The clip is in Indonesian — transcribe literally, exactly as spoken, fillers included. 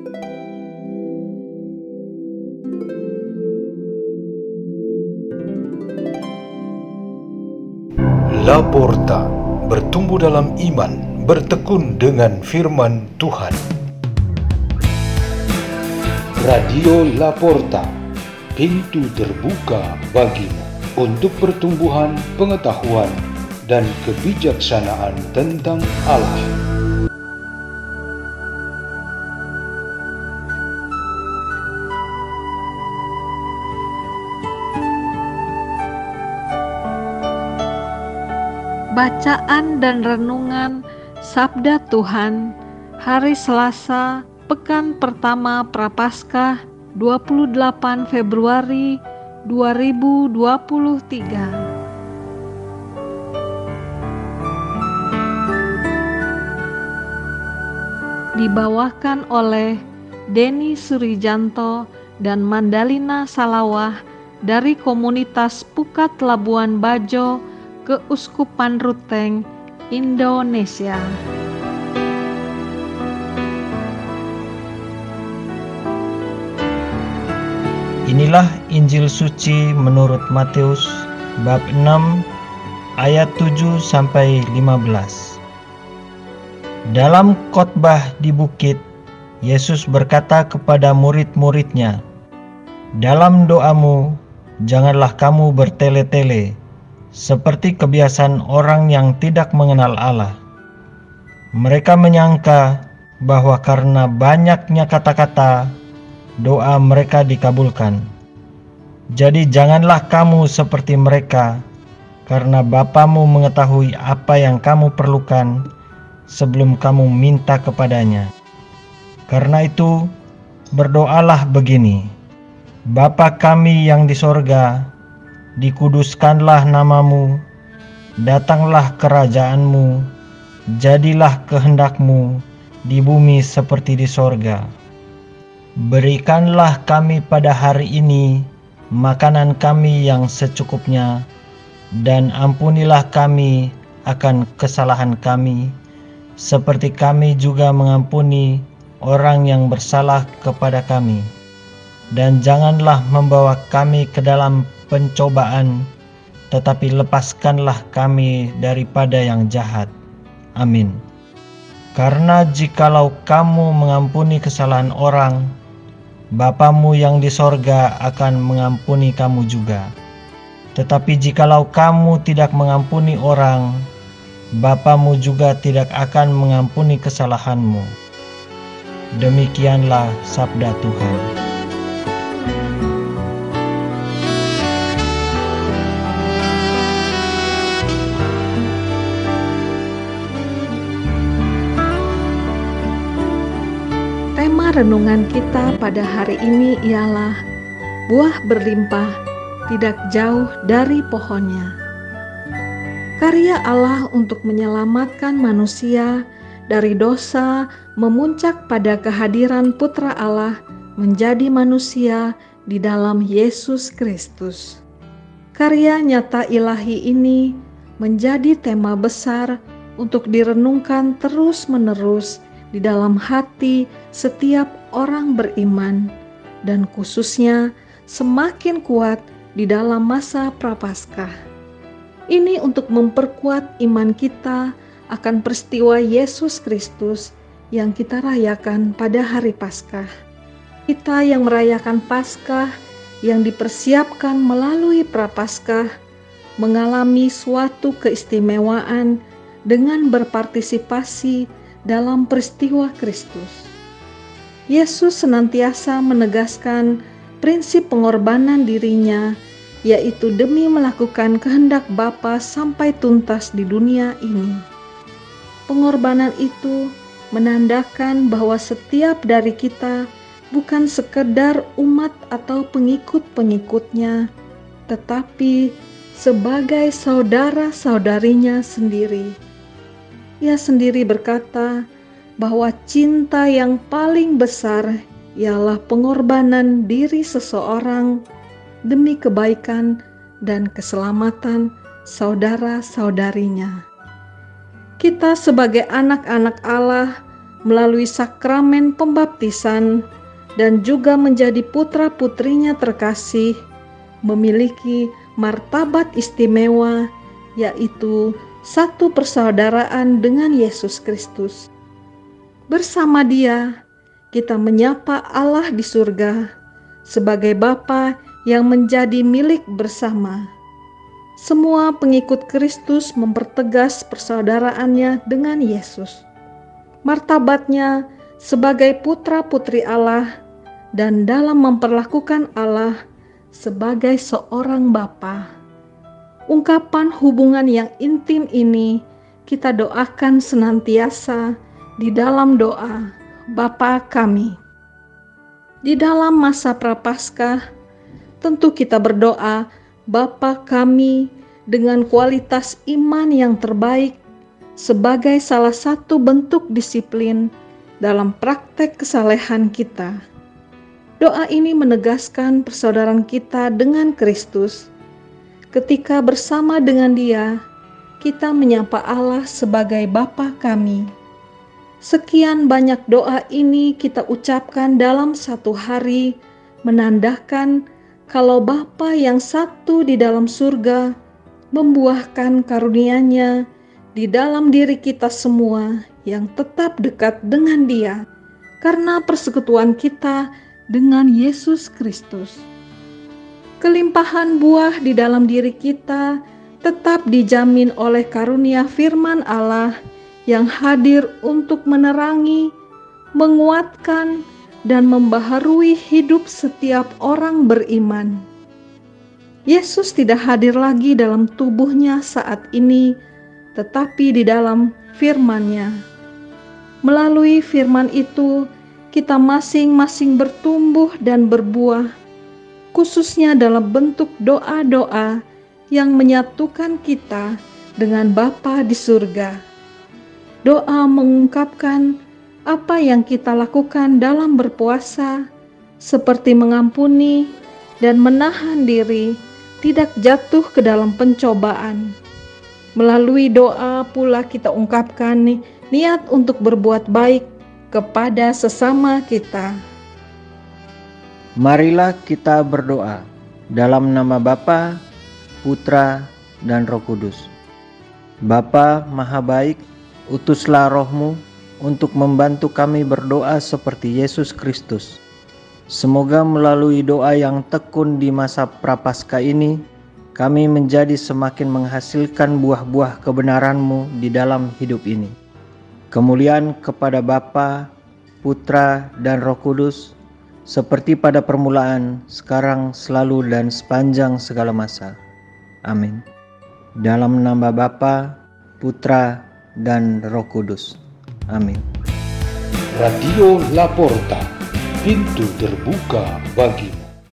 Laporta, bertumbuh dalam iman, bertekun dengan firman Tuhan. Radio Laporta, pintu terbuka bagimu untuk pertumbuhan pengetahuan dan kebijaksanaan tentang Allah. Bacaan dan renungan Sabda Tuhan hari Selasa, pekan pertama Prapaskah, dua puluh delapan Februari dua ribu dua puluh tiga. Dibawakan oleh Denny Surijanto dan Mandalina Salawah dari komunitas Pukat Labuan Bajo, Keuskupan Ruteng, Indonesia. Inilah Injil suci menurut Matius bab enam ayat tujuh sampai lima belas. Dalam khotbah di bukit, Yesus berkata kepada murid-muridnya, "Dalam doamu janganlah kamu bertele-tele, seperti kebiasaan orang yang tidak mengenal Allah. Mereka menyangka bahwa karena banyaknya kata-kata, doa mereka dikabulkan. Jadi janganlah kamu seperti mereka, karena Bapamu mengetahui apa yang kamu perlukan sebelum kamu minta kepadanya. Karena itu, berdoalah begini: Bapa kami yang di sorga, dikuduskanlah namamu, datanglah kerajaanmu, jadilah kehendakmu di bumi seperti di sorga. Berikanlah kami pada hari ini makanan kami yang secukupnya, dan ampunilah kami akan kesalahan kami, seperti kami juga mengampuni orang yang bersalah kepada kami. Dan janganlah membawa kami ke dalam pencobaan, tetapi lepaskanlah kami daripada yang jahat. Amin. Karena jikalau kamu mengampuni kesalahan orang, Bapamu yang di sorga akan mengampuni kamu juga. Tetapi jikalau kamu tidak mengampuni orang, Bapamu juga tidak akan mengampuni kesalahanmu." Demikianlah sabda Tuhan. Tema renungan kita pada hari ini ialah buah berlimpah tidak jauh dari pohonnya. Karya Allah untuk menyelamatkan manusia dari dosa memuncak pada kehadiran Putra Allah menjadi manusia di dalam Yesus Kristus. Karya nyata ilahi ini menjadi tema besar untuk direnungkan terus-menerus di dalam hati setiap orang beriman, dan khususnya semakin kuat di dalam masa Prapaskah. Ini untuk memperkuat iman kita akan peristiwa Yesus Kristus yang kita rayakan pada hari Paskah. Kita yang merayakan Paskah yang dipersiapkan melalui Prapaskah mengalami suatu keistimewaan dengan berpartisipasi dalam peristiwa Kristus. Yesus senantiasa menegaskan prinsip pengorbanan dirinya, yaitu demi melakukan kehendak Bapa sampai tuntas di dunia ini. Pengorbanan itu menandakan bahwa setiap dari kita bukan sekedar umat atau pengikut-pengikutnya, tetapi sebagai saudara-saudarinya sendiri. Ia sendiri berkata bahwa cinta yang paling besar ialah pengorbanan diri seseorang demi kebaikan dan keselamatan saudara-saudarinya. Kita sebagai anak-anak Allah melalui sakramen pembaptisan dan juga menjadi putra-putrinya terkasih, memiliki martabat istimewa, yaitu satu persaudaraan dengan Yesus Kristus. Bersama Dia, kita menyapa Allah di surga sebagai Bapa yang menjadi milik bersama. Semua pengikut Kristus mempertegas persaudaraannya dengan Yesus. Martabatnya sebagai putra-putri Allah dan dalam memperlakukan Allah sebagai seorang Bapa. Ungkapan hubungan yang intim ini kita doakan senantiasa di dalam doa Bapa kami. Di dalam masa Prapaskah, tentu kita berdoa Bapa kami dengan kualitas iman yang terbaik sebagai salah satu bentuk disiplin dalam praktek kesalehan kita. Doa ini menegaskan persaudaraan kita dengan Kristus. Ketika bersama dengan Dia, kita menyapa Allah sebagai Bapa kami. Sekian banyak doa ini kita ucapkan dalam satu hari, menandakan kalau Bapa yang satu di dalam surga membuahkan karunia-Nya di dalam diri kita semua yang tetap dekat dengan Dia karena persekutuan kita dengan Yesus Kristus. Kelimpahan buah di dalam diri kita tetap dijamin oleh karunia firman Allah yang hadir untuk menerangi, menguatkan, dan membaharui hidup setiap orang beriman. Yesus tidak hadir lagi dalam tubuhnya saat ini, tetapi di dalam firman-Nya. Melalui firman itu, kita masing-masing bertumbuh dan berbuah, khususnya dalam bentuk doa-doa yang menyatukan kita dengan Bapa di surga. Doa mengungkapkan apa yang kita lakukan dalam berpuasa, seperti mengampuni dan menahan diri tidak jatuh ke dalam pencobaan. Melalui doa pula kita ungkapkan niat untuk berbuat baik kepada sesama kita. Marilah kita berdoa dalam nama Bapa, Putra, dan Roh Kudus. Bapa Maha Baik, utuslah Roh-Mu untuk membantu kami berdoa seperti Yesus Kristus. Semoga melalui doa yang tekun di masa Prapaskah ini, kami menjadi semakin menghasilkan buah-buah kebenaran-Mu di dalam hidup ini. Kemuliaan kepada Bapa, Putra, dan Roh Kudus, seperti pada permulaan, sekarang, selalu, dan sepanjang segala masa. Amin. Dalam nama Bapa, Putra, dan Roh Kudus. Amin. Radio Laporta, pintu terbuka bagimu.